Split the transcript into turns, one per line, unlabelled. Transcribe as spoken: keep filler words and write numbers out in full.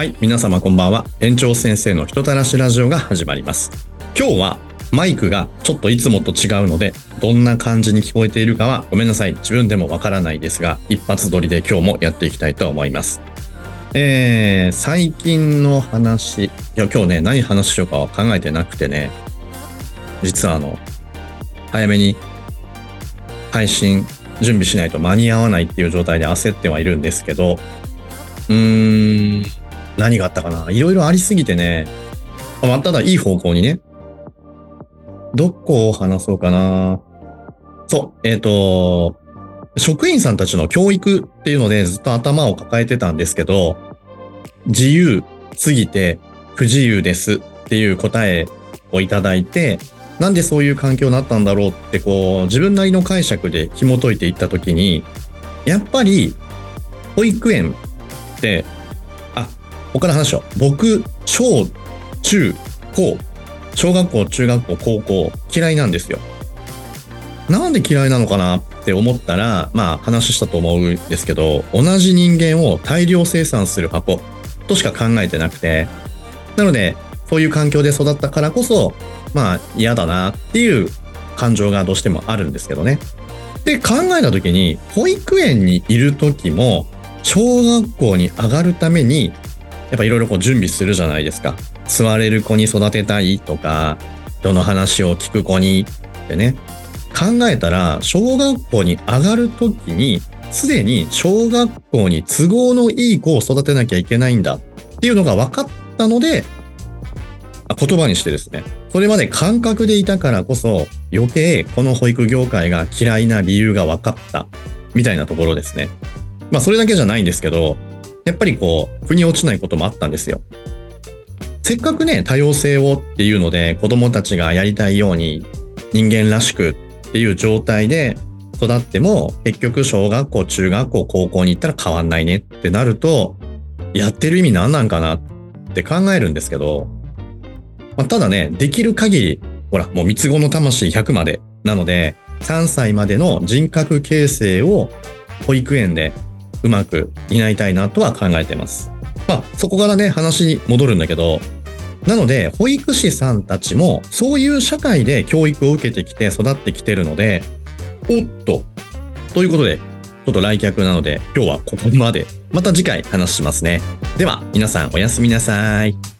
はい、皆様こんばんは。園長先生の人たらしラジオが始まります。今日はマイクがちょっといつもと違うので、どんな感じに聞こえているかはごめんなさい。自分でもわからないですが、一発撮りで今日もやっていきたいと思います。えー、最近の話、いや今日ね、何話しようかは考えてなくてね、実はあの、早めに配信準備しないと間に合わないっていう状態で焦ってはいるんですけど、うーん、何があったかな、いろいろありすぎてね、まあ、ただいい方向にね、どこを話そうかな。そう、えっと、職員さんたちの教育っていうのでずっと頭を抱えてたんですけど、自由すぎて不自由ですっていう答えをいただいて、なんでそういう環境になったんだろうってこう自分なりの解釈で紐解いていったときに、やっぱり保育園って、あ、他の話を、僕、小、中、高、小学校、中学校、高校、嫌いなんですよ。なんで嫌いなのかなって思ったら、まあ話したと思うんですけど、同じ人間を大量生産する箱としか考えてなくて、なので、そういう環境で育ったからこそ、まあ嫌だなっていう感情がどうしてもあるんですけどね。で、考えた時に、保育園にいる時も、小学校に上がるために、やっぱいろいろこう準備するじゃないですか。座れる子に育てたいとか、人の話を聞く子にってね。考えたら、小学校に上がる時に、すでに小学校に都合のいい子を育てなきゃいけないんだっていうのが分かったので、言葉にしてですね、それまで感覚でいたからこそ余計この保育業界が嫌いな理由が分かったみたいなところですね。まあそれだけじゃないんですけど、やっぱりこう腑に落ちないこともあったんですよ。せっかくね、多様性をっていうので子供たちがやりたいように人間らしくっていう状態で育っても、結局小学校、中学校、高校に行ったら変わんないねってなると、やってる意味何なんかなって考えるんですけど、まあ、ただね、できる限り、ほら、もう三つ子の魂ひゃくまでなので、さんさいまでの人格形成を保育園でうまく担いたいなとは考えてます。まあ、そこからね、話に戻るんだけど、なので、保育士さんたちもそういう社会で教育を受けてきて育ってきてるので、おっと、ということで、ちょっと来客なので、今日はここまで。また次回話しますね。では、皆さんおやすみなさい。